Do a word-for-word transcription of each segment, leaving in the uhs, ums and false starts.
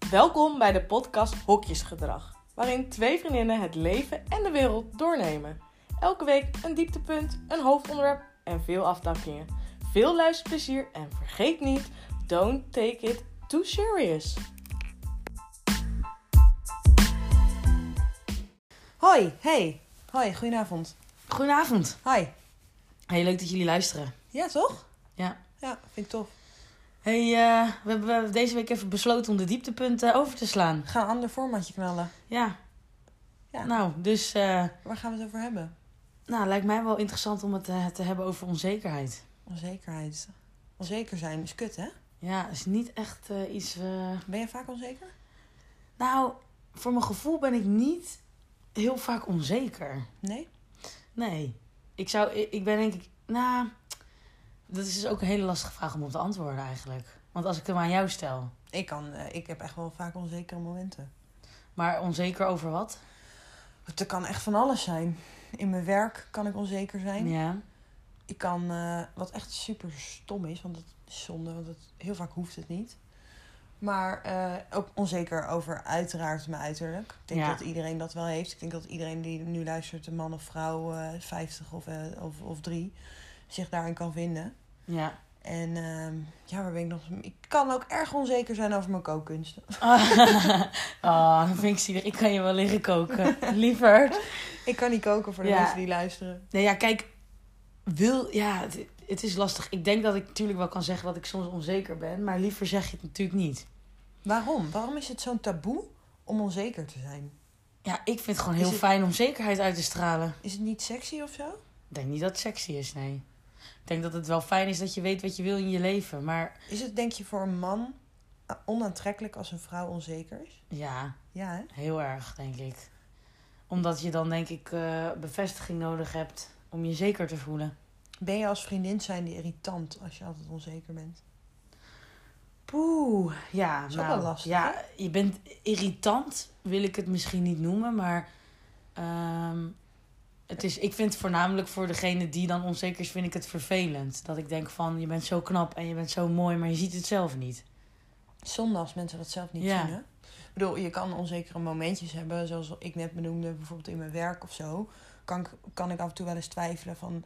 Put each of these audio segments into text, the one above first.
Welkom bij de podcast Hokjesgedrag, waarin twee vriendinnen het leven en de wereld doornemen. Elke week een dieptepunt, een hoofdonderwerp en veel afdakkingen. Veel luisterplezier en vergeet niet, don't take it too serious. Hoi, hey. Hoi, goedenavond. Goedenavond. Hi. Hey, leuk dat jullie luisteren. Ja, toch? Ja. Ja, vind ik tof. Hey, uh, we hebben deze week even besloten om de dieptepunten over te slaan. Ga een ander formatje knallen. Ja. Ja. Nou, dus... Uh, Waar gaan we het over hebben? Nou, lijkt mij wel interessant om het uh, te hebben over onzekerheid. Onzekerheid. Onzeker zijn is kut, hè? Ja, is niet echt uh, iets... Uh... Ben je vaak onzeker? Nou, voor mijn gevoel ben ik niet heel vaak onzeker. Nee? Nee. Ik zou... Ik ben denk ik... Nou... Dat is dus ook een hele lastige vraag om op te antwoorden eigenlijk. Want als ik hem aan jou stel... Ik, kan, uh, ik heb echt wel vaak onzekere momenten. Maar onzeker over wat? Het kan echt van alles zijn. In mijn werk kan ik onzeker zijn. Ja. Ik kan... Uh, wat echt super stom is, want dat is zonde. Want het, heel vaak hoeft het niet. Maar uh, ook onzeker over uiteraard mijn uiterlijk. Ik denk ja. dat iedereen dat wel heeft. Ik denk dat iedereen die nu luistert, een man of vrouw, uh, vijftig of, uh, of, of drie... zich daarin kan vinden. Ja. En uh, ja, waar ben ik nog... Ik kan ook erg onzeker zijn over mijn kookkunsten. Oh, dat vind ik zielig. Ik kan je wel leren koken. Lieverd. Ik kan niet koken voor de ja. mensen die luisteren. Nee, ja, kijk. Wil... Ja, het, het is lastig. Ik denk dat ik natuurlijk wel kan zeggen dat ik soms onzeker ben. Maar liever zeg je het natuurlijk niet. Waarom? Waarom is het zo'n taboe om onzeker te zijn? Ja, ik vind het gewoon heel het... fijn om zekerheid uit te stralen. Is het niet sexy of zo? Ik denk niet dat het sexy is, nee. Ik denk dat het wel fijn is dat je weet wat je wil in je leven, maar... Is het, denk je, voor een man onaantrekkelijk als een vrouw onzeker is? Ja, ja hè? Heel erg, denk ik. Omdat je dan, denk ik, uh, bevestiging nodig hebt om je zeker te voelen. Ben je als vriendin zijnde irritant als je altijd onzeker bent? Poeh, ja. Dat is nou, ook wel lastig, ja, hè? Je bent irritant, wil ik het misschien niet noemen, maar... Um, Het is, ik vind het voornamelijk voor degene die dan onzeker is, vind ik het vervelend. Dat ik denk van, je bent zo knap en je bent zo mooi, maar je ziet het zelf niet. Zonde als mensen dat zelf niet ja. zien, hè? Ik bedoel, je kan onzekere momentjes hebben, zoals ik net benoemde, bijvoorbeeld in mijn werk of zo. Kan ik, kan ik af en toe wel eens twijfelen van,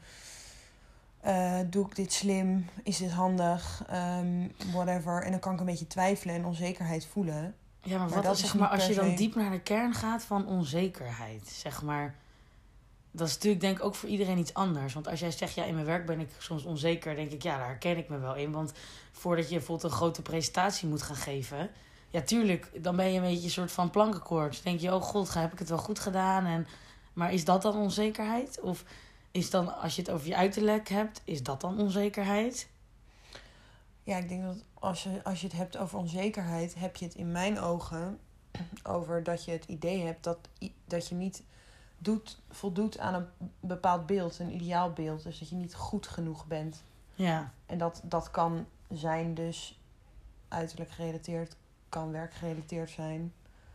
uh, doe ik dit slim? Is dit handig? Um, whatever. En dan kan ik een beetje twijfelen en onzekerheid voelen. Ja, maar, maar wat dat is, is zeg maar, als je dan se... diep naar de kern gaat van onzekerheid, zeg maar... Dat is natuurlijk denk ik ook voor iedereen iets anders. Want als jij zegt, ja, in mijn werk ben ik soms onzeker, denk ik, ja, daar herken ik me wel in. Want voordat je bijvoorbeeld een grote presentatie moet gaan geven, ja, tuurlijk, dan ben je een beetje een soort van plankenkoorts. Dan denk je, oh god, heb ik het wel goed gedaan? En, maar is dat dan onzekerheid? Of is dan, als je het over je uiterlijk hebt, is dat dan onzekerheid? Ja, ik denk dat als je, als je het hebt over onzekerheid, heb je het in mijn ogen over dat je het idee hebt dat, dat je niet... Doet, voldoet aan een bepaald beeld, een ideaal beeld. Dus dat je niet goed genoeg bent. Ja. En dat, dat kan zijn dus uiterlijk gerelateerd, kan werkgerelateerd zijn.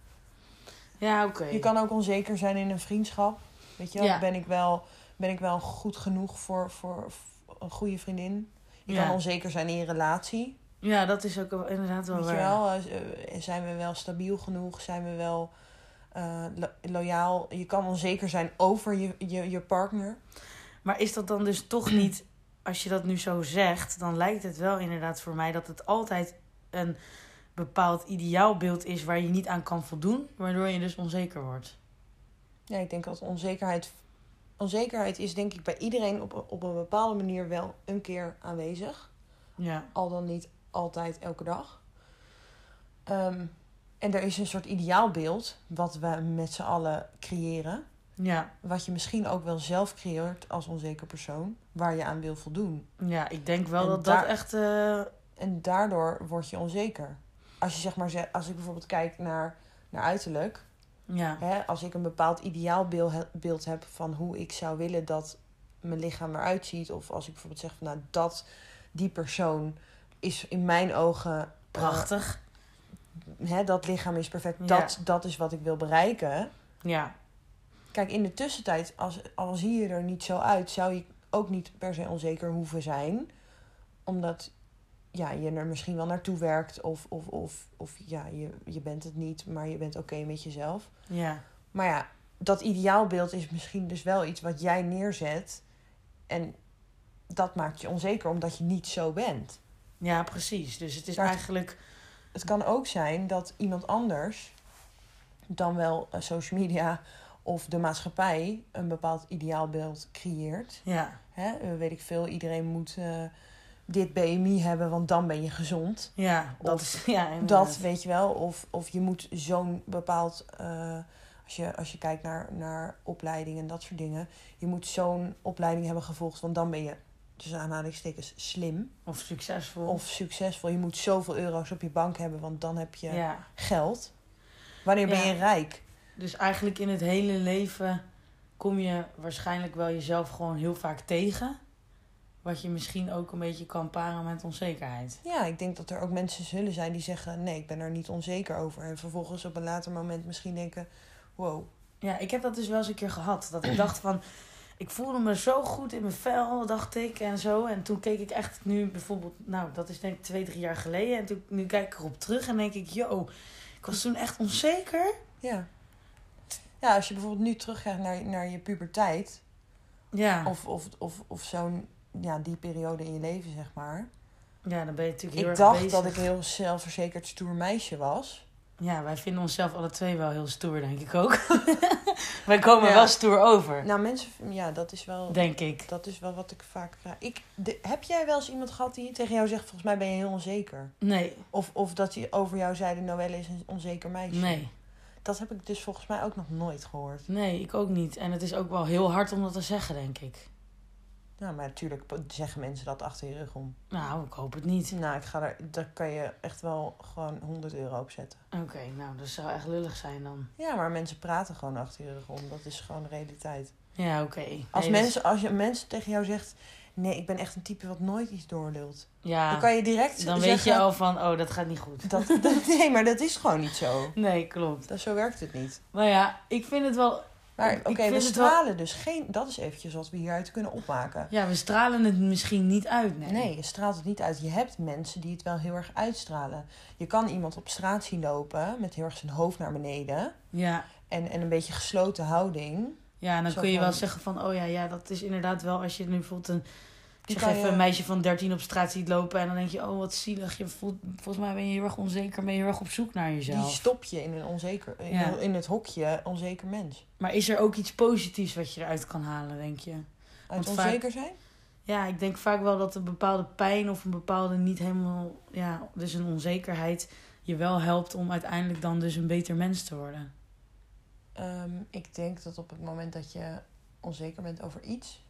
Ja, oké. Okay. Je kan ook onzeker zijn in een vriendschap. Weet je wel, ja. ben, ik wel, ben ik wel goed genoeg voor, voor een goede vriendin? Je ja. kan onzeker zijn in je relatie. Ja, dat is ook inderdaad wel Weet waar. je wel, zijn we wel stabiel genoeg? Zijn we wel... Uh, lo- loyaal. Je kan onzeker zijn over je, je, je partner. Maar is dat dan dus toch niet... Als je dat nu zo zegt, dan lijkt het wel inderdaad voor mij... dat het altijd een bepaald ideaalbeeld is... waar je niet aan kan voldoen, waardoor je dus onzeker wordt. Ja, ik denk dat onzekerheid... Onzekerheid is denk ik bij iedereen op, op een bepaalde manier wel een keer aanwezig. Ja. Al dan niet altijd elke dag. Um, En er is een soort ideaalbeeld wat we met z'n allen creëren. Ja. Wat je misschien ook wel zelf creëert als onzeker persoon. Waar je aan wil voldoen. Ja, ik denk wel en dat daar, dat echt... Uh... En daardoor word je onzeker. Als je zeg maar, als ik bijvoorbeeld kijk naar, naar uiterlijk. Ja. Hè, als ik een bepaald ideaalbeeld heb van hoe ik zou willen dat mijn lichaam eruit ziet. Of als ik bijvoorbeeld zeg van nou dat die persoon is in mijn ogen... Prachtig. Uh, Hè, dat lichaam is perfect. Ja. Dat, dat is wat ik wil bereiken. Ja. Kijk, in de tussentijd, als, al zie je er niet zo uit... zou je ook niet per se onzeker hoeven zijn. Omdat ja, je er misschien wel naartoe werkt. Of, of, of, of ja, je, je bent het niet, maar je bent oké met jezelf. Ja. Maar ja, dat ideaalbeeld is misschien dus wel iets wat jij neerzet. En dat maakt je onzeker omdat je niet zo bent. Ja, precies. Dus het is Maar het- eigenlijk... Het kan ook zijn dat iemand anders, dan wel uh, social media of de maatschappij, een bepaald ideaalbeeld creëert. Ja, Hè? Uh, weet ik veel, iedereen moet uh, dit B M I hebben, want dan ben je gezond. ja dat Of is... Ja, inderdaad. Dat, weet je wel. Of, of je moet zo'n bepaald... Uh, als, je, als je kijkt naar, naar opleidingen en dat soort dingen. Je moet zo'n opleiding hebben gevolgd, want dan ben je, tussen aanhalingstekens, slim. Of succesvol. Of succesvol. Je moet zoveel euro's op je bank hebben, want dan heb je Ja. geld. Wanneer ben Ja. je rijk? Dus eigenlijk in het hele leven kom je waarschijnlijk wel jezelf gewoon heel vaak tegen. Wat je misschien ook een beetje kan paren met onzekerheid. Ja, ik denk dat er ook mensen zullen zijn die zeggen, nee, ik ben er niet onzeker over. En vervolgens op een later moment misschien denken, wow. Ja, ik heb dat dus wel eens een keer gehad. Dat ik dacht van, ik voelde me zo goed in mijn vel, dacht ik, en zo. En toen keek ik echt nu bijvoorbeeld, nou, dat is denk ik twee, drie jaar geleden. En toen, nu kijk ik erop terug en denk ik, yo, ik was toen echt onzeker. Ja. Ja, als je bijvoorbeeld nu teruggaat naar, naar je puberteit. Ja. Of, of, of, of zo'n, ja, die periode in je leven, zeg maar. Ja, dan ben je natuurlijk heel Ik erg dacht bezig. dat ik een heel zelfverzekerd stoer meisje was. Ja, wij vinden onszelf alle twee wel heel stoer, denk ik ook. Wij komen Ja. wel stoer over, Nou, mensen, ja, dat is wel, denk ik. dat is wel wat ik vaak krijg. Ik, de, heb jij wel eens iemand gehad die tegen jou zegt, volgens mij ben je heel onzeker? Nee, Of, of dat hij over jou zei, de Noelle is een onzeker meisje? nee. Dat heb ik dus volgens mij ook nog nooit gehoord. Nee, ik ook niet. En het is ook wel heel hard om dat te zeggen, denk ik. Nou, maar natuurlijk zeggen mensen dat achter je rug om. Nou, ik hoop het niet. Nou, ik ga er, daar kan je echt wel gewoon honderd euro op zetten. Oké, nou, dat zou echt lullig zijn dan. Ja, maar mensen praten gewoon achter je rug om. Dat is gewoon de realiteit. Ja, oké. Als, Nee, dat- mensen, als je mensen tegen jou zegt, nee, ik ben echt een type wat nooit iets doorlult. Ja, Dan kan je direct dan zeggen, weet je al van, oh, dat gaat niet goed. Dat, dat, nee, maar dat is gewoon niet zo. Nee, klopt. Dat, zo werkt het niet. Maar ja, ik vind het wel... Maar Ik- oké, ik we vind het stralen dus geen... Dat is eventjes wat we hieruit kunnen opmaken. Ja, we stralen het misschien niet uit, nee. Nee, je straalt het niet uit. Je hebt mensen die het wel heel erg uitstralen. Je kan iemand op straat zien lopen met heel erg zijn hoofd naar beneden. Ja, En, en een beetje gesloten houding. ja en dan Zo kun je van- wel zeggen van, oh ja, ja, dat is inderdaad wel als je nu bijvoorbeeld een... Ik zeg kan even je- een meisje van dertien op straat ziet lopen en dan denk je, oh wat zielig. Je voelt, volgens mij ben je heel erg onzeker, ben je heel erg op zoek naar jezelf. Die stop je in, een onzeker, in, Ja. in het hokje onzeker mens. Maar is er ook iets positiefs wat je eruit kan halen, denk je? Uit Want vaak- onzeker zijn? Ja, ik denk vaak wel dat een bepaalde pijn of een bepaalde niet helemaal... Ja, dus een onzekerheid je wel helpt om uiteindelijk dan dus een beter mens te worden. Um, ik denk dat op het moment dat je onzeker bent over iets...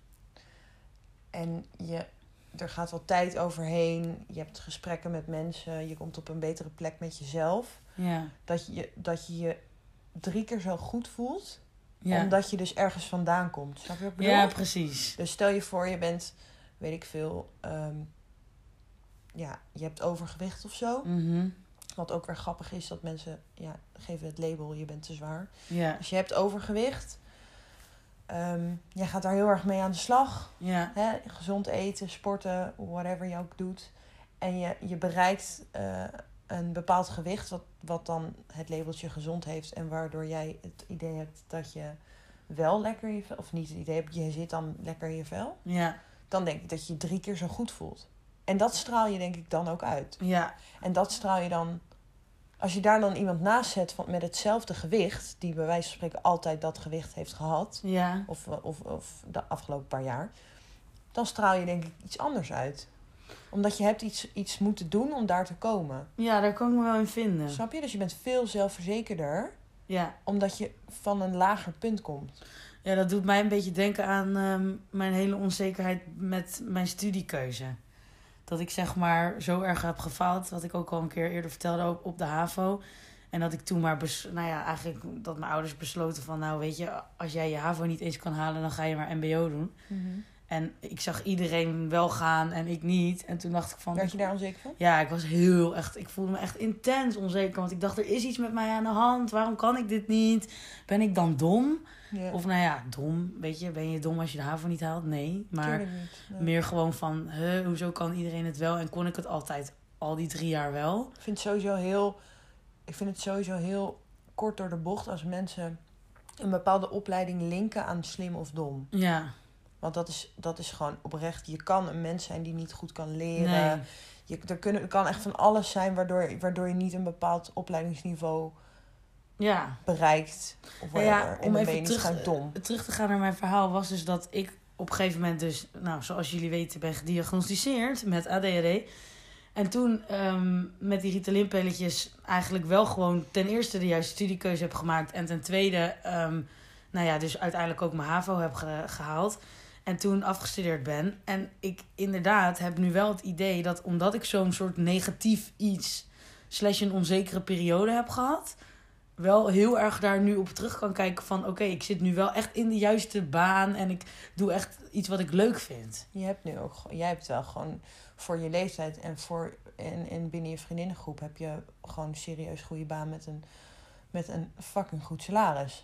en je, er gaat wat tijd overheen, je hebt gesprekken met mensen... je komt op een betere plek met jezelf... Ja, dat je dat je, je drie keer zo goed voelt... ja. omdat je dus ergens vandaan komt. Snap je wat ik bedoel? Ja, precies. Dus stel je voor, je bent, weet ik veel... Um, ja, je hebt overgewicht of zo. Mhm. Wat ook weer grappig is, dat mensen ja, geven het label, je bent te zwaar. Ja, Dus je hebt overgewicht. Um, jij gaat daar heel erg mee aan de slag. ja, Hè? Gezond eten, sporten, whatever je ook doet. En je, je bereikt uh, een bepaald gewicht, wat, wat dan het labeltje gezond heeft. En waardoor jij het idee hebt dat je wel lekker in je vel... Of niet het idee hebt, je zit dan lekker in je vel. ja, Dan denk ik dat je je drie keer zo goed voelt. En dat straal je denk ik dan ook uit. ja, En dat straal je dan... Als je daar dan iemand naast zet van, met hetzelfde gewicht... die bij wijze van spreken altijd dat gewicht heeft gehad... ja. of, of, of de afgelopen paar jaar... dan straal je denk ik iets anders uit. Omdat je hebt iets, iets moeten doen om daar te komen. Ja, daar kan ik me wel in vinden. Snap je? Dus je bent veel zelfverzekerder... Ja. omdat je van een lager punt komt. Ja, dat doet mij een beetje denken aan um, mijn hele onzekerheid met mijn studiekeuze. Dat ik zeg maar zo erg heb gefaald, wat ik ook al een keer eerder vertelde op, op de HAVO. En dat ik toen maar, bes- nou ja, eigenlijk dat mijn ouders besloten van, nou weet je, als jij je HAVO niet eens kan halen, dan ga je maar M B O doen. Mm-hmm. En ik zag iedereen wel gaan en ik niet. En toen dacht ik van... Werd je daar onzeker van? Ja, ik was heel echt... Ik voelde me echt intens onzeker. Want ik dacht, er is iets met mij aan de hand. Waarom kan ik dit niet? Ben ik dan dom? Ja. Of nou ja, dom. Weet je, ben je dom als je de HAVO niet haalt? Nee. Maar Tuurlijk niet. Nee. meer gewoon van... Huh, hoezo kan iedereen het wel? En kon ik het altijd al die drie jaar wel? Ik vind het sowieso heel... Ik vind het sowieso heel kort door de bocht als mensen een bepaalde opleiding linken aan slim of dom. Ja. Want dat is, dat is gewoon oprecht. Je kan een mens zijn die niet goed kan leren. Nee. Je, er, kunnen, er kan echt van alles zijn waardoor, waardoor je niet een bepaald opleidingsniveau Ja. bereikt. Of Ja, ja, whatever. En om dan ben je even niet terug, gewoon dom. terug te gaan naar mijn verhaal was dus dat ik op een gegeven moment dus, nou, zoals jullie weten, ben gediagnosticeerd met A D H D. En toen um, met die Ritalin-pilletjes eigenlijk wel gewoon ten eerste de juiste studiekeuze heb gemaakt. En ten tweede, um, nou ja, dus uiteindelijk ook mijn HAVO heb ge- gehaald. En toen afgestudeerd ben. En ik inderdaad heb nu wel het idee dat omdat ik zo'n soort negatief iets slash een onzekere periode heb gehad, wel heel erg daar nu op terug kan kijken van oké, okay, ik zit nu wel echt in de juiste baan en ik doe echt iets wat ik leuk vind. Je hebt nu ook, jij hebt wel gewoon voor je leeftijd en, voor, en, en binnen je vriendinnengroep heb je gewoon een serieus goede baan met een, met een fucking goed salaris.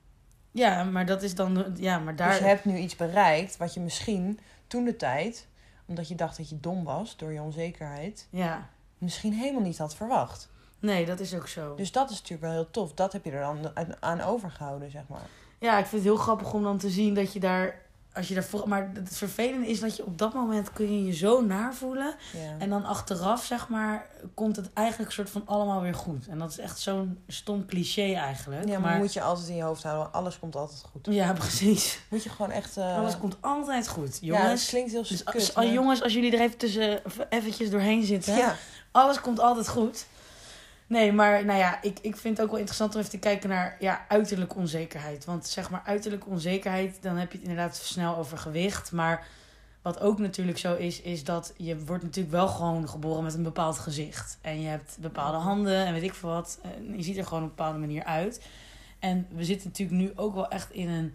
Ja, maar dat is dan, ja, maar daar... Dus je hebt nu iets bereikt wat je misschien toen de tijd, omdat je dacht dat je dom was door je onzekerheid, Ja. misschien helemaal niet had verwacht. Nee, dat is ook zo. Dus dat is natuurlijk wel heel tof. Dat heb je er dan aan overgehouden, zeg maar. Ja, ik vind het heel grappig om dan te zien dat je daar, als je daarvoor, maar het vervelende is dat je op dat moment kun je je zo naar voelen. Ja. En dan achteraf, zeg maar, komt het eigenlijk soort van allemaal weer goed. En dat is echt zo'n stom cliché eigenlijk. Ja, maar, maar moet je altijd in je hoofd houden. Alles komt altijd goed. Ja, precies. Moet je gewoon echt... Uh... Alles komt altijd goed, Ja, dat jongens. klinkt heel Dus kut, als, maar... jongens, als jullie er even tussen eventjes doorheen zitten. Ja. Alles komt altijd goed. Nee, maar nou ja, ik, ik vind het ook wel interessant om even te kijken naar ja, uiterlijke onzekerheid. Want zeg maar uiterlijke onzekerheid, dan heb je het inderdaad snel over gewicht. Maar wat ook natuurlijk zo is, is dat je wordt natuurlijk wel gewoon geboren met een bepaald gezicht. En je hebt bepaalde handen en weet ik veel wat. En je ziet er gewoon op een bepaalde manier uit. En we zitten natuurlijk nu ook wel echt in een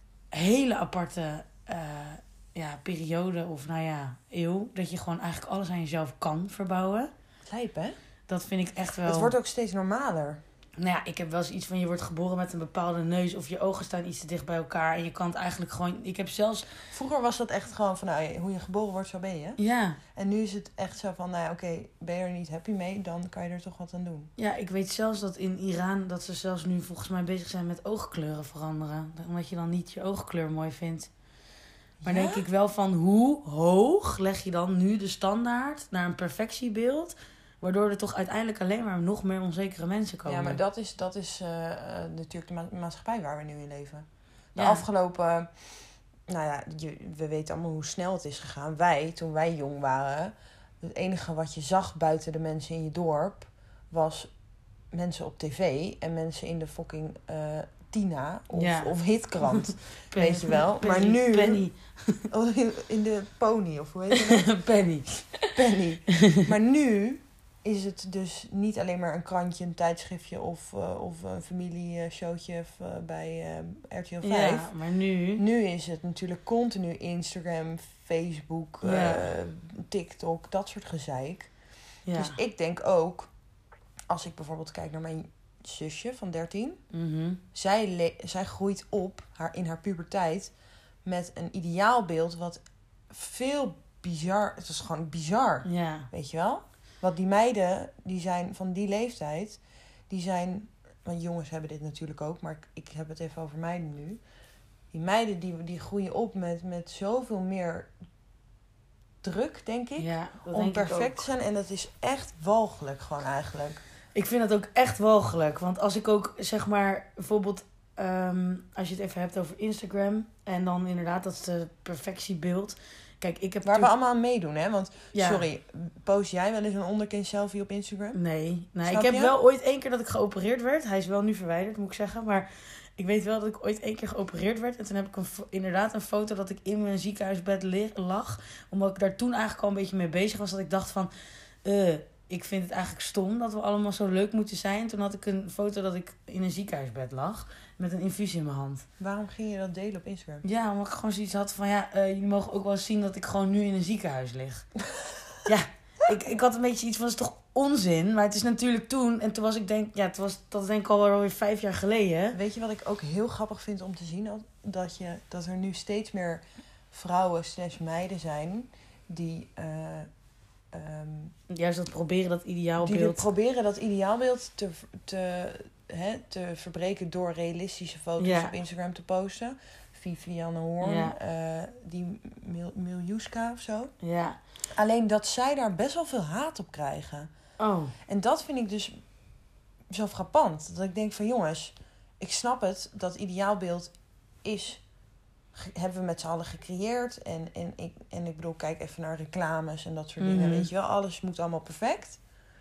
hele aparte uh, ja, periode of nou ja, eeuw. Dat je gewoon eigenlijk alles aan jezelf kan verbouwen. Lijp, hè? Dat vind ik echt wel... Het wordt ook steeds normaler. Nou ja, ik heb wel eens iets van je wordt geboren met een bepaalde neus of je ogen staan iets te dicht bij elkaar. En je kan het eigenlijk gewoon... Ik heb zelfs... Vroeger was dat echt gewoon van, nou, hoe je geboren wordt, zo ben je. Ja. En nu is het echt zo van, nou ja, oké, okay, ben je er niet happy mee, dan kan je er toch wat aan doen. Ja, ik weet zelfs dat in Iran, dat ze zelfs nu volgens mij bezig zijn met oogkleuren veranderen. Omdat je dan niet je oogkleur mooi vindt. Maar ja? denk ik wel van, hoe hoog leg je dan nu de standaard naar een perfectiebeeld, waardoor er toch uiteindelijk alleen maar nog meer onzekere mensen komen. Ja, maar dat is, dat is uh, uh, natuurlijk de ma- maatschappij waar we nu in leven. De ja. afgelopen... Nou ja, je, we weten allemaal hoe snel het is gegaan. Wij, toen wij jong waren, het enige wat je zag buiten de mensen in je dorp was mensen op tv en mensen in de fucking uh, Tina of, ja. of Hitkrant. Weet je wel. Penny, maar nu... Penny. In de Pony, of hoe heet dat? Penny. Penny. Maar nu is het dus niet alleen maar een krantje, een tijdschriftje of, uh, of een familieshowtje uh, bij uh, R T L vijf. Ja, maar nu... Nu is het natuurlijk continu Instagram, Facebook, ja. uh, TikTok, dat soort gezeik. Ja. Dus ik denk ook, als ik bijvoorbeeld kijk naar mijn zusje van dertien. Mm-hmm. Zij, le- zij groeit op haar, in haar puberteit met een ideaalbeeld wat veel bizar... Het is gewoon bizar, Ja. weet je wel? Want die meiden, die zijn van die leeftijd, die zijn... Want jongens hebben dit natuurlijk ook, maar ik, ik heb het even over meiden nu. Die meiden, die, die groeien op met, met zoveel meer druk, denk ik. Ja, dat om denk perfect ik ook. te zijn. En dat is echt walgelijk gewoon eigenlijk. Ik vind dat ook echt walgelijk. Want als ik ook, zeg maar, bijvoorbeeld... Um, als je het even hebt over Instagram... en dan inderdaad, dat is de perfectiebeeld... Kijk, ik heb Waar toen... we allemaal aan meedoen, hè? Want, ja. sorry, post jij wel eens een onderkin selfie op Instagram? Nee. nee Snap ik heb je? wel ooit één keer dat ik geopereerd werd. Hij is wel nu verwijderd, moet ik zeggen. Maar ik weet wel dat ik ooit één keer geopereerd werd. En toen heb ik een, inderdaad een foto dat ik in mijn ziekenhuisbed lag. Omdat ik daar toen eigenlijk al een beetje mee bezig was. Dat ik dacht van... Uh, ik vind het eigenlijk stom dat we allemaal zo leuk moeten zijn. Toen had ik een foto dat ik in een ziekenhuisbed lag met een infuus in mijn hand. Waarom ging je dat delen op Instagram? Ja, omdat ik gewoon zoiets had van, ja, uh, jullie mogen ook wel eens zien dat ik gewoon nu in een ziekenhuis lig. Ja, ik, ik had een beetje iets van, dat is toch onzin? Maar het is natuurlijk toen, en toen was ik denk, ja, het was, dat denk ik alweer vijf jaar geleden. Weet je wat ik ook heel grappig vind om te zien? Dat, je, dat er nu steeds meer vrouwen slash meiden zijn die... Uh, um, Juist dat proberen dat ideaalbeeld... Die proberen dat ideaalbeeld te, te, hè, te verbreken door realistische foto's ja. op Instagram te posten. Vivianne Hoorn, ja. uh, die Mil- Miljuska of zo. Ja. Alleen dat zij daar best wel veel haat op krijgen. Oh. En dat vind ik dus zo frappant. Dat ik denk van jongens, ik snap het, dat ideaalbeeld is, hebben we met z'n allen gecreëerd. En, en, ik, en ik bedoel, kijk even naar reclames en dat soort mm-hmm. dingen. Weet je wel, alles moet allemaal perfect.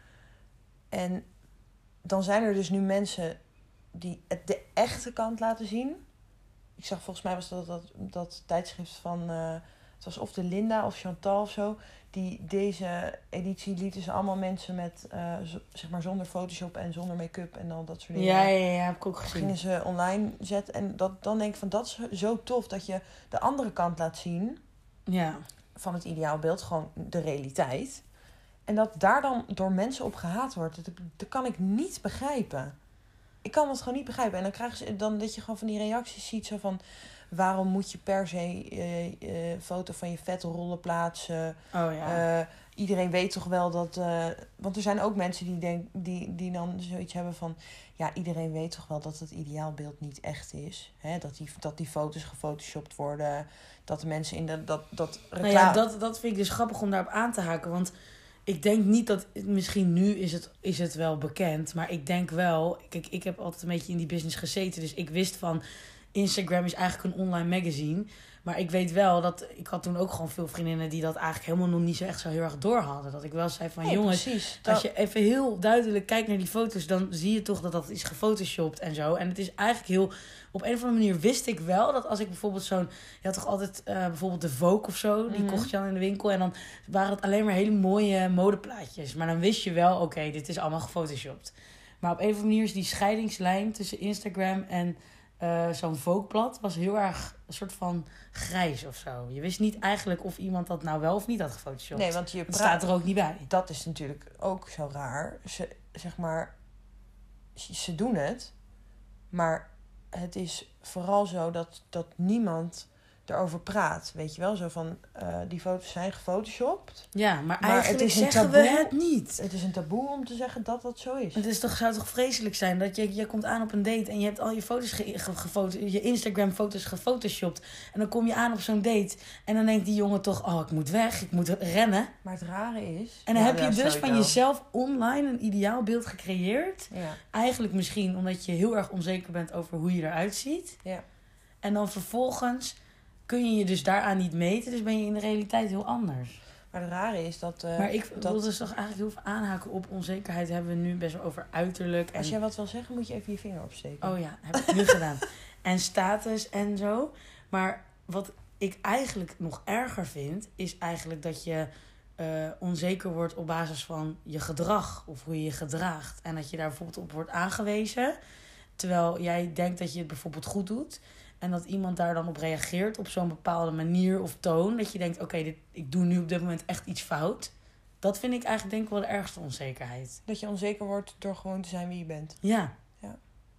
En dan zijn er dus nu mensen die het de echte kant laten zien. Ik zag, volgens mij was dat dat, dat tijdschrift van... Uh, het was of de Linda of Chantal of zo. Die deze editie lieten ze allemaal mensen met... Uh, z- zeg maar zonder Photoshop en zonder make-up en al dat soort dingen. Ja, ja, ja, heb ik ook gezien. Gingen ze online zetten. En dat, dan denk ik van, dat is zo tof dat je de andere kant laat zien. Ja. Van het ideaalbeeld, gewoon de realiteit. En dat daar dan door mensen op gehaat wordt. Dat, dat kan ik niet begrijpen. Ik kan dat gewoon niet begrijpen. En dan krijgen ze dan dat je gewoon van die reacties ziet zo van... Waarom moet je per se uh, uh, foto van je vetrollen plaatsen? Oh ja. Uh, iedereen weet toch wel dat... Uh, want er zijn ook mensen die, denk, die, die dan zoiets hebben van... Ja, iedereen weet toch wel dat het ideaalbeeld niet echt is. Hè? Dat, die, dat die foto's gefotoshopt worden. Dat de mensen in de... Dat, dat reclame... Nou ja, dat, dat vind ik dus grappig om daarop aan te haken. Want ik denk niet dat... Misschien nu is het, is het wel bekend. Maar ik denk wel... Kijk, ik heb altijd een beetje in die business gezeten. Dus ik wist van... Instagram is eigenlijk een online magazine. Maar ik weet wel dat... Ik had toen ook gewoon veel vriendinnen die dat eigenlijk helemaal nog niet zo echt zo heel erg door hadden. Dat ik wel zei van, nee, jongens, precies. als je even heel duidelijk kijkt naar die foto's, dan zie je toch dat dat is gefotoshopt en zo. En het is eigenlijk heel... Op een of andere manier wist ik wel dat als ik bijvoorbeeld zo'n... Je had toch altijd uh, bijvoorbeeld de Vogue of zo. Die mm-hmm. kocht je dan in de winkel. En dan waren het alleen maar hele mooie modeplaatjes. Maar dan wist je wel, oké, okay, dit is allemaal gefotoshopt. Maar op een of andere manier is die scheidingslijn tussen Instagram en... Uh, zo'n Vogue-blad was heel erg een soort van grijs of zo. Je wist niet eigenlijk of iemand dat nou wel of niet had gefotoshopt. Nee, want je het praat, staat er ook niet bij. Dat is natuurlijk ook zo raar. Ze, zeg maar, ze doen het, maar het is vooral zo dat, dat niemand erover praat. Weet je wel, zo van, uh, die foto's zijn gefotoshopt. Ja, maar, maar eigenlijk het is zeggen taboe, we het niet. Het is een taboe om te zeggen dat dat zo is. Het is toch, zou toch vreselijk zijn dat je, je komt aan op een date en je hebt al je foto's ge, ge, gefoto, je Instagram-foto's gefotoshopt. En dan kom je aan op zo'n date en dan denkt die jongen toch, oh, ik moet weg, ik moet rennen. Maar het rare is... En dan ja, heb je ja, dus sowieso. van jezelf online een ideaalbeeld gecreëerd. Ja. Eigenlijk misschien omdat je heel erg onzeker bent over hoe je eruit ziet. Ja. En dan vervolgens kun je je dus daaraan niet meten. Dus ben je in de realiteit heel anders. Maar het rare is dat... Uh, maar ik dat... wil dus toch eigenlijk heel veel aanhaken op onzekerheid. Hebben we nu best wel over uiterlijk. En... Als jij wat wil zeggen, moet je even je vinger opsteken. Oh ja, heb ik nu gedaan. En status en zo. Maar wat ik eigenlijk nog erger vind, is eigenlijk dat je uh, onzeker wordt op basis van je gedrag. Of hoe je je gedraagt. En dat je daar bijvoorbeeld op wordt aangewezen. Terwijl jij denkt dat je het bijvoorbeeld goed doet. En dat iemand daar dan op reageert op zo'n bepaalde manier of toon. Dat je denkt, oké, okay, ik doe nu op dit moment echt iets fout. Dat vind ik eigenlijk denk ik wel de ergste onzekerheid. Dat je onzeker wordt door gewoon te zijn wie je bent. Ja. Ja,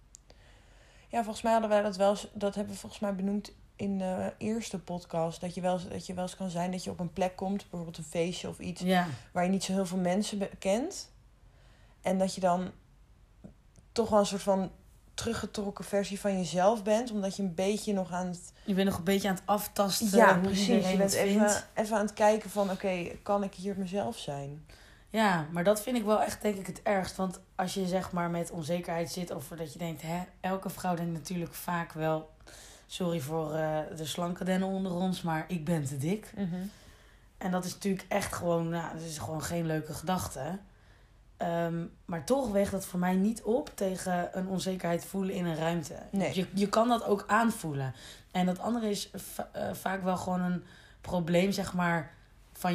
ja volgens mij hadden wij dat wel eens... Dat hebben we volgens mij benoemd in de eerste podcast. Dat je wel eens, dat je wel eens kan zijn dat je op een plek komt. Bijvoorbeeld een feestje of iets. Ja. Waar je niet zo heel veel mensen kent. En dat je dan toch wel een soort van... teruggetrokken versie van jezelf bent. Omdat je een beetje nog aan het... Je bent nog een beetje aan het aftasten. Ja, hoe precies. Je bent even, vindt. even aan het kijken van... Oké, okay, kan ik hier mezelf zijn? Ja, maar dat vind ik wel echt denk ik het ergst. Want als je zeg maar met onzekerheid zit... of dat je denkt... Hè, elke vrouw denkt natuurlijk vaak wel... Sorry voor uh, de slanke dennen onder ons... maar ik ben te dik. Mm-hmm. En dat is natuurlijk echt gewoon... Nou, dat is gewoon geen leuke gedachte. Um, maar toch weegt dat voor mij niet op tegen een onzekerheid voelen in een ruimte. Nee. Je, je kan dat ook aanvoelen. En dat andere is va- uh, vaak wel gewoon een probleem, zeg maar, van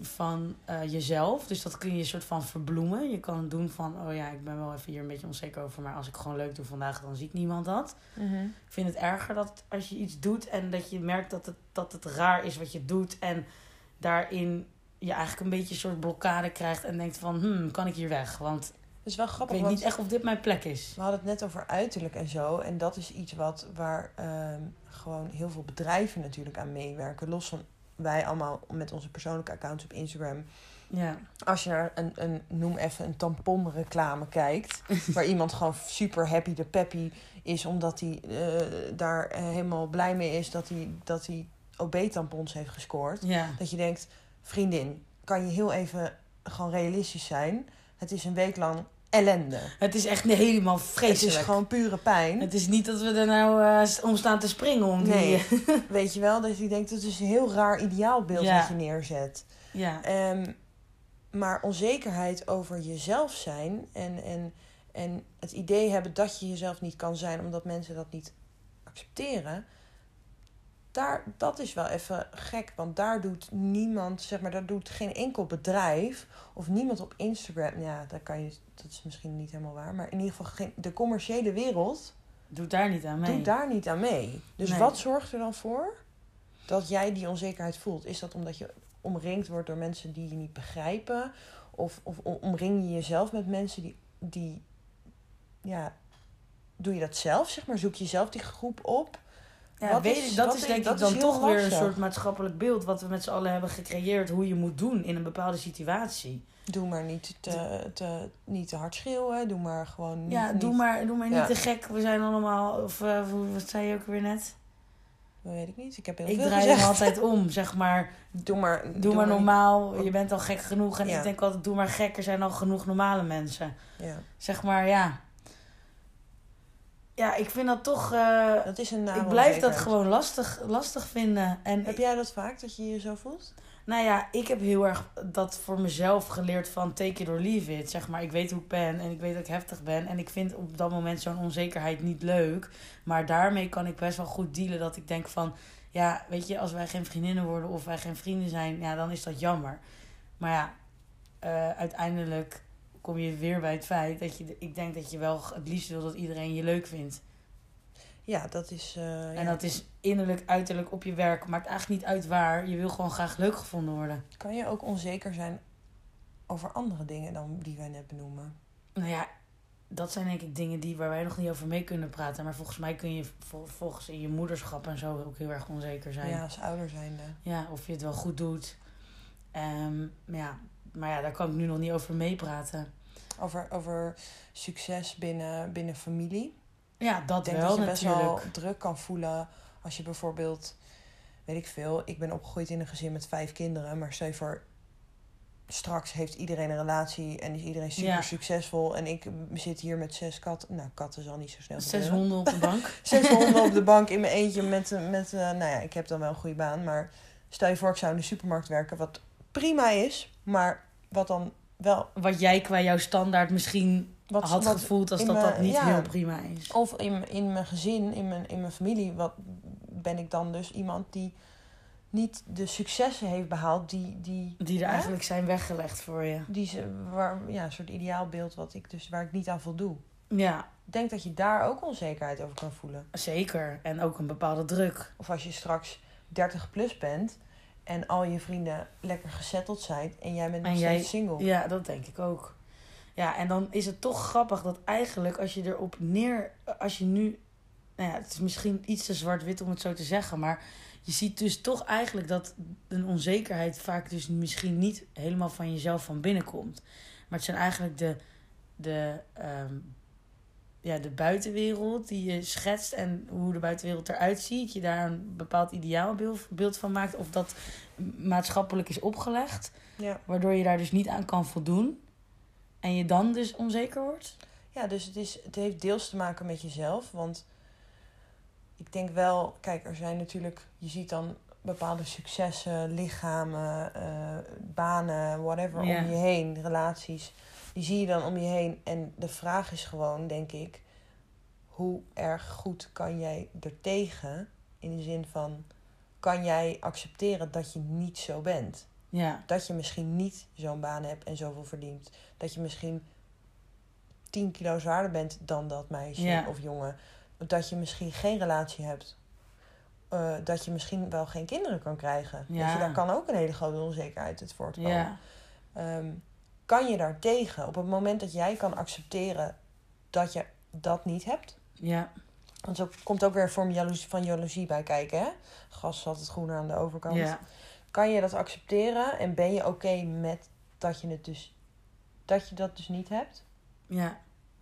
van uh, jezelf. Dus dat kun je een soort van verbloemen. Je kan doen van, oh ja, ik ben wel even hier een beetje onzeker over, maar als ik gewoon leuk doe vandaag, dan ziet niemand dat. Mm-hmm. Ik vind het erger dat als je iets doet en dat je merkt dat het, dat het raar is wat je doet en daarin je eigenlijk een beetje een soort blokkade krijgt en denkt van, hmm, kan ik hier weg? Want Dat is wel grappig, ik weet want niet echt of dit mijn plek is. we hadden het net over uiterlijk en zo. En dat is iets wat waar um, gewoon heel veel bedrijven natuurlijk aan meewerken. Los van wij allemaal met onze persoonlijke accounts op Instagram. Ja. Als je naar een, een noem even een tamponreclame kijkt, waar iemand gewoon super happy de peppy is, omdat hij uh, daar uh, helemaal blij mee is dat hij dat hij O B-tampons heeft gescoord. Ja. Dat je denkt, vriendin, kan je heel even gewoon realistisch zijn? Het is een week lang ellende. Het is echt helemaal vreselijk. Het is gewoon pure pijn. Het is niet dat we er nou uh, om staan te springen. Om die... Nee, weet je wel, dat je denkt, het is een heel raar ideaalbeeld Ja. dat je neerzet. Ja. Um, maar onzekerheid over jezelf zijn en, en, en het idee hebben dat je jezelf niet kan zijn omdat mensen dat niet accepteren, daar, dat is wel even gek. Want daar doet niemand, zeg maar, daar doet geen enkel bedrijf of niemand op Instagram. Ja, daar kan je, dat is misschien niet helemaal waar, maar in ieder geval geen, de commerciële wereld Doet daar niet aan mee. doet daar niet aan mee. Dus Nee. wat zorgt er dan voor dat jij die onzekerheid voelt? Is dat omdat je omringd wordt door mensen die je niet begrijpen? Of, of omring je jezelf met mensen die, die... Ja, doe je dat zelf, zeg maar? Zoek je zelf die groep op? Ja, Wat weet is- ik, dat wat is is- denk dat ik is dan heel toch weer een lastig. soort maatschappelijk beeld wat we met z'n allen hebben gecreëerd hoe je moet doen in een bepaalde situatie. Doe maar niet te, te, niet te hard schreeuwen. Doe maar gewoon niet... Ja, doe niet- maar, doe maar niet Ja. te gek. We zijn allemaal, of uh, hoe- wat zei je ook weer net? Dat weet ik niet. Ik heb heel Ik veel draai hem gezegd. altijd om, zeg maar. Doe maar... Doe, maar niet- normaal, je bent al gek genoeg. En Ja. ik denk altijd, doe maar gek, er zijn al genoeg normale mensen. Ja. Zeg maar, ja. Ja, ik vind dat toch... Uh, Dat is een nare ik blijf dat onzekerheid. gewoon lastig, lastig vinden. En Heb jij dat vaak, dat je je zo voelt? Nou ja, ik heb heel erg dat voor mezelf geleerd van take it or leave it. Zeg maar, ik weet hoe ik ben en ik weet dat ik heftig ben. En ik vind op dat moment zo'n onzekerheid niet leuk. Maar daarmee kan ik best wel goed dealen dat ik denk van... Ja, weet je, als wij geen vriendinnen worden of wij geen vrienden zijn, ja, dan is dat jammer. Maar ja, uh, uiteindelijk kom je weer bij het feit dat je... Ik denk dat je wel het liefst wil dat iedereen je leuk vindt. Ja, dat is... Uh, En ja. dat is innerlijk, uiterlijk, op je werk. Maakt eigenlijk niet uit waar. Je wil gewoon graag leuk gevonden worden. Kan je ook onzeker zijn over andere dingen dan die wij net benoemen? Nou ja, dat zijn denk ik dingen die, waar wij nog niet over mee kunnen praten. Maar volgens mij kun je vol, volgens in je moederschap en zo ook heel erg onzeker zijn. Ja, als ouder zijnde. Ja, of je het wel goed doet. Um, ja, maar ja, daar kan ik nu nog niet over meepraten. Over, over succes binnen, binnen familie. Ja, dat Ik denk wel dat je best natuurlijk. wel druk kan voelen als je bijvoorbeeld... Weet ik veel, ik ben opgegroeid in een gezin met vijf kinderen. Maar stel je voor, straks heeft iedereen een relatie en is iedereen super Ja. succesvol. En ik zit hier met zes katten. Nou, katten zal niet zo snel Zes gebeuren. honden op de bank. Zes honden op de bank in mijn eentje met... met uh, nou ja, ik heb dan wel een goede baan. Maar stel je voor, ik zou in de supermarkt werken. Wat prima is, maar wat dan wel... Wat jij qua jouw standaard misschien Wat, had wat gevoeld als in dat mijn- dat niet ja. heel prima is. Of in, in mijn gezin, in mijn, in mijn familie, wat, ben ik dan dus iemand die niet de successen heeft behaald die... Die, Die er hè? eigenlijk zijn weggelegd voor je. die ze, waar, ja, een soort ideaalbeeld wat ik dus, waar ik niet aan voldoe. Ja, Ik denk dat je daar ook onzekerheid over kan voelen. zeker. En ook een bepaalde druk. Of als je straks dertig plus bent en al je vrienden lekker gezetteld zijn en jij bent nog En steeds jij- single. Ja, dat denk ik ook. Ja, en dan is het toch grappig dat eigenlijk als je erop neer... Als je nu... Nou ja, het is misschien iets te zwart-wit om het zo te zeggen, maar je ziet dus toch eigenlijk dat een onzekerheid vaak dus misschien niet helemaal van jezelf van binnen komt. Maar het zijn eigenlijk de, de, um, ja, de buitenwereld die je schetst en hoe de buitenwereld eruit ziet. Je daar een bepaald ideaalbeeld beeld van maakt of dat maatschappelijk is opgelegd. Ja. Waardoor je daar dus niet aan kan voldoen. En je dan dus onzeker wordt. Ja, dus het, is, het heeft deels te maken met jezelf. Want ik denk wel, kijk, er zijn natuurlijk, je ziet dan bepaalde successen, lichamen, uh, banen, whatever, Ja. om je heen, relaties. Die zie je dan om je heen. En de vraag is gewoon, denk ik, hoe erg goed kan jij er tegen? In de zin van, kan jij accepteren dat je niet zo bent? Ja. Dat je misschien niet zo'n baan hebt en zoveel verdient. Dat je misschien tien kilo zwaarder bent dan dat meisje Ja. of jongen. Dat je misschien geen relatie hebt. Uh, dat je misschien wel geen kinderen kan krijgen. Ja. Dus daar kan ook een hele grote onzekerheid uit voortkomen. Ja. Um, kan je daar tegen? Op het moment dat jij kan accepteren dat je dat niet hebt. Ja. Want zo komt ook weer een vorm jaloezie, van jaloezie bij kijken. Hè? Gas is altijd groener aan de overkant. Ja. Kan je dat accepteren en ben je oké okay met dat je, het dus, dat je dat dus niet hebt? Ja.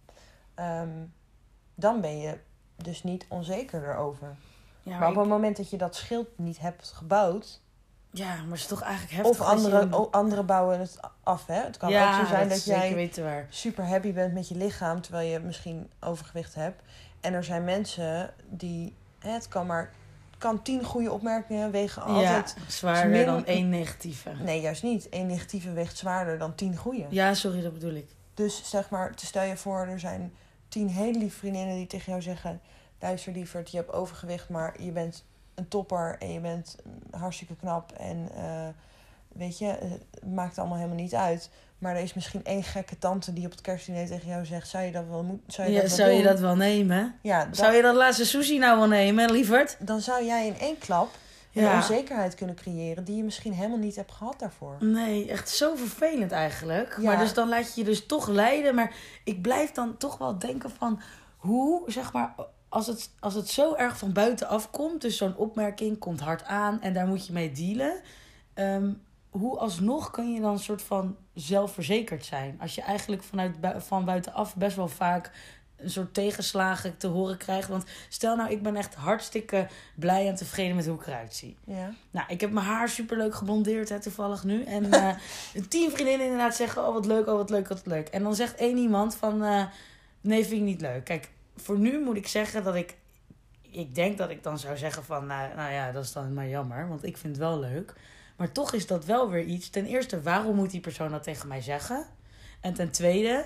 Um, dan ben je dus niet onzeker erover. Ja, maar maar op ik... het moment dat je dat schild niet hebt gebouwd... Ja, maar het is toch eigenlijk heftig. Of andere, je... o, anderen bouwen het af, hè? Het kan ja, ook zo zijn dat, dat jij weten waar. super happy bent met je lichaam... terwijl je misschien overgewicht hebt. En er zijn mensen die... Hè, het kan maar... kan tien goede opmerkingen wegen altijd... Ja, zwaarder min... dan één negatieve. Nee, juist niet. Eén negatieve weegt zwaarder dan tien goede. Ja, sorry, dat bedoel ik. Dus zeg maar, stel je voor, er zijn tien hele lieve vriendinnen die tegen jou zeggen... luister lieverd, je hebt overgewicht, maar je bent een topper en je bent hartstikke knap. En uh, weet je, het maakt allemaal helemaal niet uit. Maar er is misschien één gekke tante die op het kerstdiner tegen jou zegt... zou je dat wel, moet, zou je ja, dat wel zou doen? je dat wel nemen? Ja, dat, zou je dat laatste sushi nou wel nemen, lieverd? Dan zou jij in één klap een ja. onzekerheid kunnen creëren... die je misschien helemaal niet hebt gehad daarvoor. Nee, echt zo vervelend eigenlijk. Ja. Maar dus dan laat je je dus toch leiden. Maar ik blijf dan toch wel denken van... hoe, zeg maar... Als het, als het zo erg van buitenaf komt... dus zo'n opmerking komt hard aan... en daar moet je mee dealen... Um, hoe alsnog kan je dan een soort van zelfverzekerd zijn? Als je eigenlijk vanuit van buitenaf best wel vaak... een soort tegenslagen te horen krijgt. Want stel nou, ik ben echt hartstikke blij en tevreden met hoe ik eruit zie. Ja. Nou, ik heb mijn haar superleuk geblondeerd, hè, toevallig nu. En uh, tien vriendinnen inderdaad zeggen... oh, wat leuk, oh, wat leuk, wat leuk. En dan zegt één iemand van... Uh, nee, vind ik niet leuk. Kijk... Voor nu moet ik zeggen dat ik... Ik denk dat ik dan zou zeggen van... Nou, nou ja, dat is dan maar jammer. Want ik vind het wel leuk. Maar toch is dat wel weer iets. Ten eerste, waarom moet die persoon dat tegen mij zeggen? En ten tweede...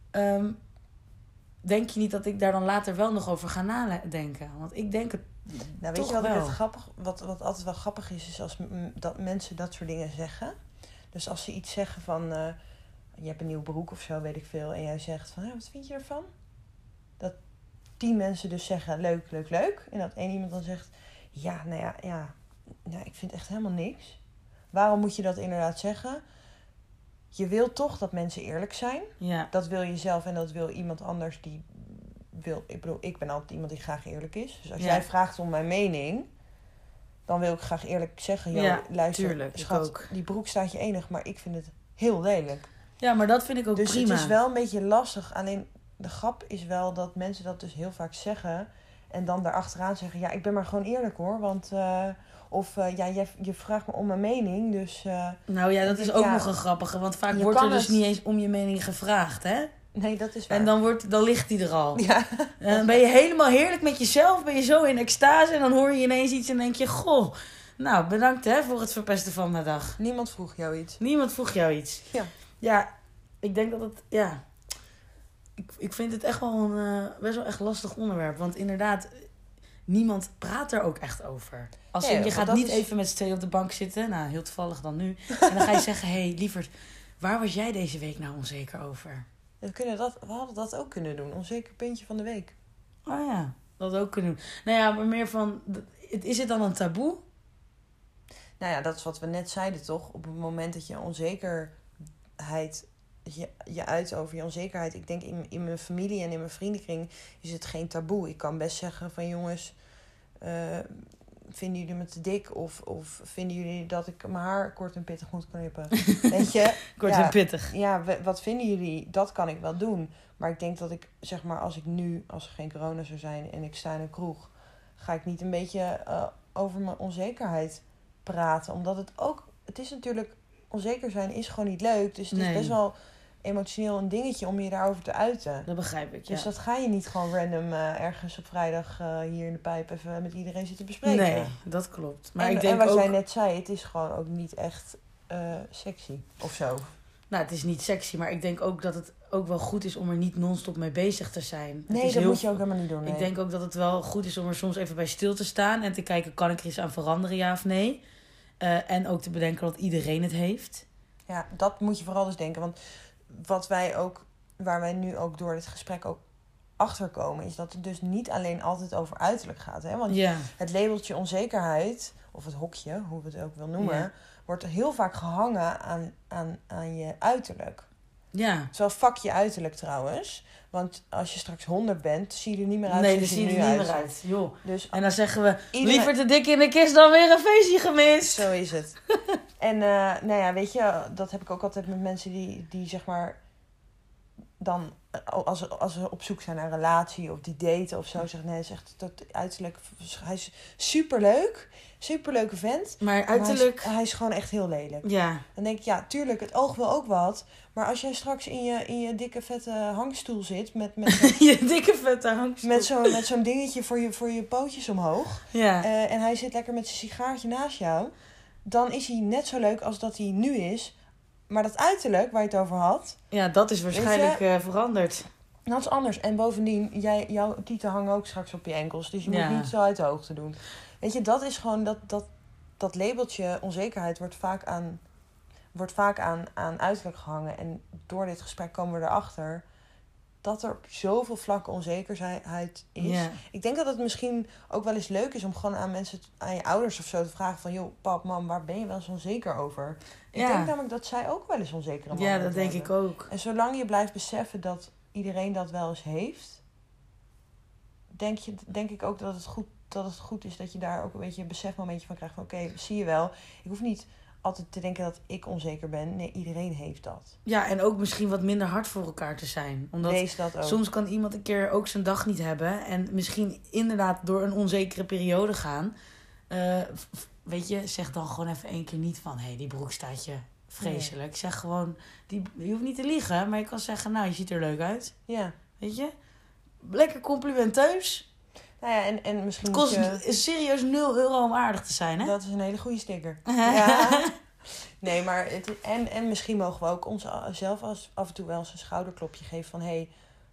Um, denk je niet dat ik daar dan later wel nog over ga nadenken? Want ik denk het nou, weet toch je wat, wel. Ik het grappig, wat, wat altijd wel grappig is... is als m- dat mensen dat soort dingen zeggen. Dus als ze iets zeggen van... Uh, je hebt een nieuw broek of zo, weet ik veel. En jij zegt van... wat vind je ervan? Dat... tien mensen dus zeggen leuk, leuk, leuk. En dat één iemand dan zegt... Ja, nou ja, ja, nou, ik vind echt helemaal niks. Waarom moet je dat inderdaad zeggen? Je wil toch dat mensen eerlijk zijn. Ja. Dat wil je zelf en dat wil iemand anders die wil... Ik bedoel, ik ben altijd iemand die graag eerlijk is. Dus als ja. jij vraagt om mijn mening... dan wil ik graag eerlijk zeggen... Yo, ja, luister, tuurlijk, schat, ook. Die broek staat je enig, maar ik vind het heel lelijk. Ja, maar dat vind ik ook dus prima. Dus het is wel een beetje lastig. Alleen... De grap is wel dat mensen dat dus heel vaak zeggen... en dan daarachteraan zeggen... ja, ik ben maar gewoon eerlijk hoor. Want, uh, of uh, ja, je, je vraagt me om mijn mening, dus... Uh, nou ja, dat is ook ja, nog een grappige. Want vaak wordt er dus het... niet eens om je mening gevraagd, hè? Nee, dat is waar. En dan, wordt, dan ligt die er al. Ja. En dan ben je helemaal heerlijk met jezelf. Ben je zo in extase. En dan hoor je ineens iets en denk je... Goh, nou bedankt hè voor het verpesten van mijn dag. Niemand vroeg jou iets. Niemand vroeg jou iets. Ja. Ja, ik denk dat het... Ja... Ik, ik vind het echt wel een uh, best wel echt lastig onderwerp. Want inderdaad, niemand praat er ook echt over. Als ja, je, je gaat niet is... even met z'n tweeën op de bank zitten. Nou, heel toevallig dan nu. En dan ga je zeggen, hé, hey, lieverd, waar was jij deze week nou onzeker over? We, kunnen dat, we hadden dat ook kunnen doen. Onzeker puntje van de week. Oh ja, dat ook kunnen doen. Nou ja, maar meer van, is het dan een taboe? Nou ja, dat is wat we net zeiden toch? Op het moment dat je onzekerheid... Je, je uit over je onzekerheid. Ik denk in, in mijn familie en in mijn vriendenkring is het geen taboe. Ik kan best zeggen van jongens, uh, vinden jullie me te dik? Of, of vinden jullie dat ik mijn haar kort en pittig moet knippen? Weet je? Kort ja, en pittig. Ja, w- wat vinden jullie? Dat kan ik wel doen. Maar ik denk dat ik, zeg maar, als ik nu, als er geen corona zou zijn en ik sta in een kroeg, ga ik niet een beetje uh, over mijn onzekerheid praten. Omdat het ook, het is natuurlijk, onzeker zijn is gewoon niet leuk. Dus het nee. is best wel emotioneel een dingetje om je daarover te uiten. Dat begrijp ik, ja. Dus dat ga je niet gewoon random uh, ergens op vrijdag uh, hier in de pijp even met iedereen zitten bespreken. Nee, dat klopt. Maar en, ik denk en wat ook... jij net zei, het is gewoon ook niet echt uh, sexy of zo. Nou, het is niet sexy, maar ik denk ook dat het ook wel goed is om er niet non-stop mee bezig te zijn. Nee, het is dat heel... moet je ook helemaal niet doen. Nee. Ik denk ook dat het wel goed is om er soms even bij stil te staan en te kijken, kan ik er iets aan veranderen, ja of nee? Uh, en ook te bedenken dat iedereen het heeft. Ja, dat moet je vooral dus denken. Want wat wij ook, waar wij nu ook door dit gesprek ook achterkomen, is dat het dus niet alleen altijd over uiterlijk gaat. Hè? Want Ja. het labeltje onzekerheid, of het hokje, hoe we het ook wil noemen, Ja. wordt heel vaak gehangen aan, aan, aan je uiterlijk. Ja. Het is wel vakje uiterlijk trouwens. Want als je straks honderd bent, zie je er niet meer uit Nee, zoals daar je zie je nu er niet uit. meer uit. Joh. Dus En dan zeggen we, Iedereen- liever te dik in de kist dan weer een feestje gemist. zo is het. En uh, nou ja, weet je, dat heb ik ook altijd met mensen die, die zeg maar dan, als, als ze op zoek zijn naar een relatie of die daten of zo, zeggen nee, zegt dat uiterlijk, hij is superleuk, superleuke vent. Maar maar uiterlijk... Hij is, hij is gewoon echt heel lelijk. Ja. Dan denk ik, ja, tuurlijk, het oog wil ook wat. Maar als jij straks in je, in je dikke vette hangstoel zit met, met, zo'n- Je dikke vette hangstoel. met zo'n met zo'n dingetje voor je, voor je pootjes omhoog. Ja. Uh, en hij zit lekker met zijn sigaartje naast jou. Dan is hij net zo leuk als dat hij nu is. Maar dat uiterlijk waar je het over had, Ja, dat is waarschijnlijk Weet uh, veranderd. dat is anders. En bovendien, jij, jouw tieten hangen ook straks op je enkels. Dus je Ja. moet niet zo uit de hoogte doen. Weet je, dat is gewoon dat, dat, dat labeltje onzekerheid wordt vaak aan, wordt vaak aan, aan uiterlijk gehangen. En door dit gesprek komen we erachter dat er op zoveel vlakken onzekerheid is. Ja. Ik denk dat het misschien ook wel eens leuk is om gewoon aan mensen, aan je ouders of zo te vragen van, joh, pap, mam, waar ben je wel eens onzeker over? Ik Ja. denk namelijk dat zij ook wel eens onzeker zijn. Ja, dat denk ik ook. En zolang je blijft beseffen dat iedereen dat wel eens heeft, denk, je, denk ik ook dat het, goed, dat het goed is dat je daar ook een beetje een besefmomentje van krijgt van, oké, okay, zie je wel, ik hoef niet altijd te denken dat ik onzeker ben. Nee, iedereen heeft dat. Ja, en ook misschien wat minder hard voor elkaar te zijn. Omdat Wees dat ook. soms kan iemand een keer ook zijn dag niet hebben. En misschien inderdaad door een onzekere periode gaan. Uh, weet je, zeg dan gewoon even één keer niet van, hé, hey, die broek staat je vreselijk. Nee. Zeg gewoon, die, je hoeft niet te liegen, maar je kan zeggen, nou, je ziet er leuk uit. Ja. Weet je? Lekker complimenteus. Nou ja, en, en misschien het kost je... serieus nul euro om aardig te zijn, hè? Dat is een hele goede sticker. Ja. Nee, maar het, en, en misschien mogen we ook onszelf als, af en toe wel eens een schouderklopje geven van, hé, hey,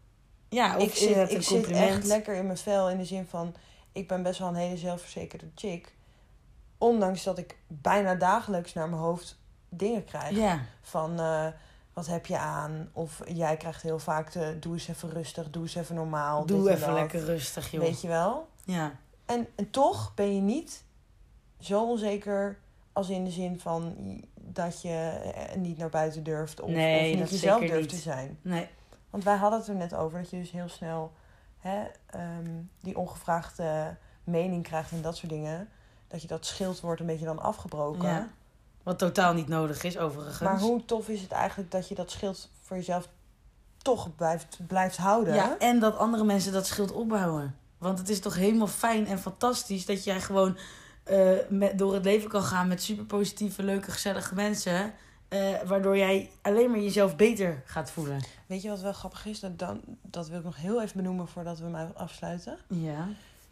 ja, ik, zit, ik zit echt lekker in mijn vel in de zin van, ik ben best wel een hele zelfverzekerde chick. Ondanks dat ik bijna dagelijks naar mijn hoofd dingen krijg. Ja. Van, uh, wat heb je aan? Of jij krijgt heel vaak de, doe eens even rustig, doe eens even normaal. Doe even lekker rustig, joh. Weet je wel? Ja. En, en toch ben je niet zo onzeker als in de zin van dat je niet naar buiten durft. Of, nee, of niet dat jezelf zeker durft niet. te zijn. Nee. Want wij hadden het er net over dat je dus heel snel hè, um, die ongevraagde mening krijgt en dat soort dingen. Dat je dat schild wordt een beetje dan afgebroken. Ja. Wat totaal niet nodig is, overigens. Maar hoe tof is het eigenlijk dat je dat schild voor jezelf toch blijft, blijft houden? Ja, en dat andere mensen dat schild opbouwen. Want het is toch helemaal fijn en fantastisch dat jij gewoon uh, met, door het leven kan gaan met super positieve, leuke, gezellige mensen. Uh, waardoor jij alleen maar jezelf beter gaat voelen. Weet je wat wel grappig is? Dat, dan, dat wil ik nog heel even benoemen voordat we hem afsluiten. Ja.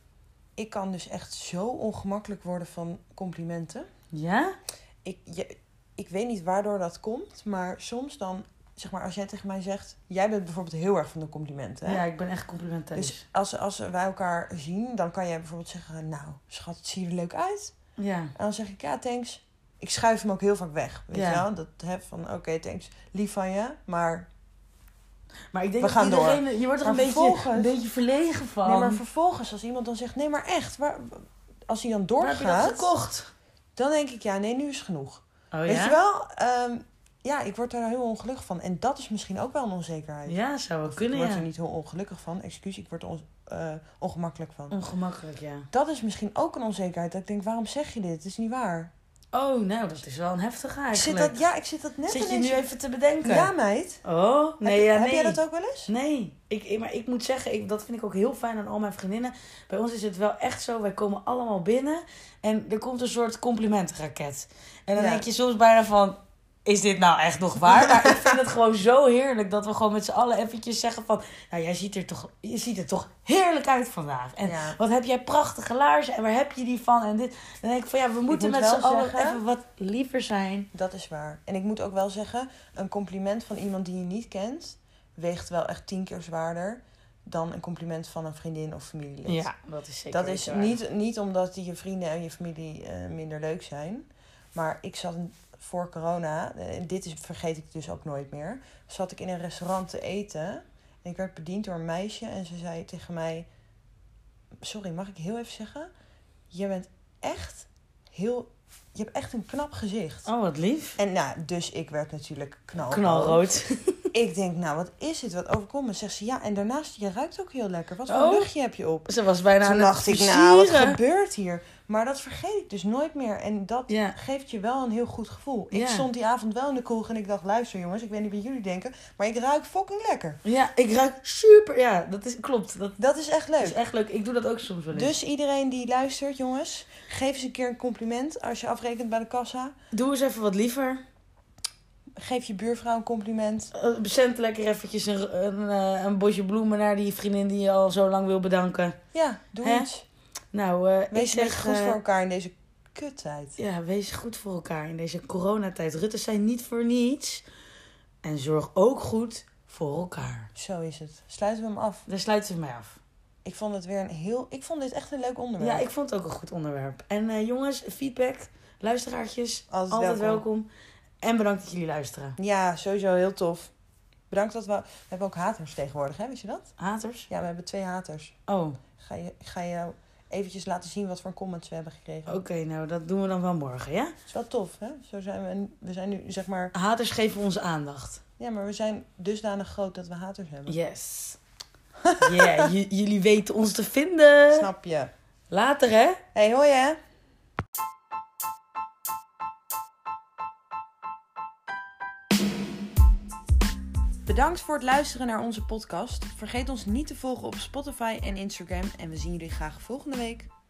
Ik kan dus echt zo ongemakkelijk worden van complimenten. Ja? Ik, je, ik weet niet waardoor dat komt, maar soms dan, zeg maar, als jij tegen mij zegt, jij bent bijvoorbeeld heel erg van de complimenten. Hè? Ja, ik ben echt complimenteus. Dus als, als wij elkaar zien, dan kan jij bijvoorbeeld zeggen, nou, schat, het ziet er leuk uit. Ja. En dan zeg ik, ja, thanks. Ik schuif hem ook heel vaak weg, weet ja. je wel? Dat heb van, oké, okay, thanks, lief van je, maar... Maar ik denk we dat gaan iedereen, door. je wordt er maar een beetje, een beetje verlegen van. Nee, maar vervolgens, als iemand dan zegt, nee, maar echt, waar, als hij dan doorgaat... Waar heb je dat gekocht? Dan denk ik, ja, nee, nu is genoeg. Oh, weet ja? je wel? Um, ja, ik word daar heel ongelukkig van. En dat is misschien ook wel een onzekerheid. Ja, zou wel kunnen, Ik word ja. er niet heel ongelukkig van. Excuus, ik word er on, uh, ongemakkelijk van. Ongemakkelijk, ja. Dat is misschien ook een onzekerheid. Dat ik denk, waarom zeg je dit? Het is niet waar. Oh, nou, dat is wel een heftige eigenlijk. Ik zit dat, ja, ik zit dat net Zit je ineens... nu even te bedenken? Ja, meid. Oh, nee, heb, ja, heb nee. jij dat ook wel eens? Nee. Ik, ik, maar ik moet zeggen, ik, dat vind ik ook heel fijn aan al mijn vriendinnen. Bij ons is het wel echt zo, wij komen allemaal binnen en er komt een soort complimentenraket. En dan ja. denk je soms bijna van, is dit nou echt nog waar? Maar ik vind het gewoon zo heerlijk dat we gewoon met z'n allen eventjes zeggen van, nou, jij ziet er toch, je ziet er toch heerlijk uit vandaag. En ja. wat heb jij prachtige laarzen en waar heb je die van? En dit. Dan denk ik van, ja, we moeten moet met z'n allen zeggen, even wat liever zijn. Dat is waar. En ik moet ook wel zeggen, een compliment van iemand die je niet kent, weegt wel echt tien keer zwaarder dan een compliment van een vriendin of familielid. Ja, dat is zeker Dat is waar. niet, niet omdat die je vrienden en je familie uh, minder leuk zijn. Maar ik zat voor corona, en dit is, vergeet ik dus ook nooit meer, zat ik in een restaurant te eten. En ik werd bediend door een meisje en ze zei tegen mij, sorry, mag ik heel even zeggen? Je bent echt heel, je hebt echt een knap gezicht. Oh, wat lief. En nou, dus ik werd natuurlijk knalrood. Knalrood. Ik denk, nou, wat is dit? Wat overkomt me? Zegt ze, ja, en daarnaast, je ruikt ook heel lekker. Wat voor Oh. luchtje heb je op? Ze was bijna Toen aan het dacht ik, nou, wat versieren. gebeurt hier? Maar dat vergeet ik dus nooit meer. En dat Ja. geeft je wel een heel goed gevoel. Ik Ja. stond die avond wel in de kroeg en ik dacht, luister jongens, ik weet niet wat jullie denken, maar ik ruik fucking lekker. Ja, ik ruik super. Ja, dat is, klopt. Dat Dat is echt leuk. is echt leuk. Ik doe dat ook soms wel eens. Dus iedereen die luistert, jongens, geef eens een keer een compliment als je afrekent bij de kassa. Doe eens even wat liever. Geef je buurvrouw een compliment. Uh, Zend lekker eventjes een, een, uh, een bosje bloemen naar die vriendin die je al zo lang wil bedanken. Ja, doe Hè? iets. Nou, uh, Wees ik echt zeg... goed uh, voor elkaar in deze kuttijd. Ja, wees goed voor elkaar in deze coronatijd. Rutte zijn niet voor niets. En zorg ook goed voor elkaar. Zo is het. Sluiten we hem af. Daar sluiten we mij af. Ik vond het weer een heel... Ik vond dit echt een leuk onderwerp. Ja, ik vond het ook een goed onderwerp. En uh, jongens, feedback, luisteraartjes, Altijd altijd welkom. welkom. En bedankt dat jullie luisteren. Ja, sowieso heel tof. Bedankt dat we... We hebben ook haters tegenwoordig, hè? Weet je dat? Haters? Ja, we hebben twee haters. Oh, Ik ga je, ik ga je eventjes laten zien wat voor comments we hebben gekregen. oké, nou dat doen we dan wel morgen, ja? Het is wel tof, hè? Zo zijn we... We zijn nu, zeg maar... Haters geven onze aandacht. Ja, maar we zijn dusdanig groot dat we haters hebben. Yes. Yeah, j- jullie weten ons te vinden. Snap je? Later, hè? Hey, hoi hè? Bedankt voor het luisteren naar onze podcast. Vergeet ons niet te volgen op Spotify en Instagram. En we zien jullie graag volgende week.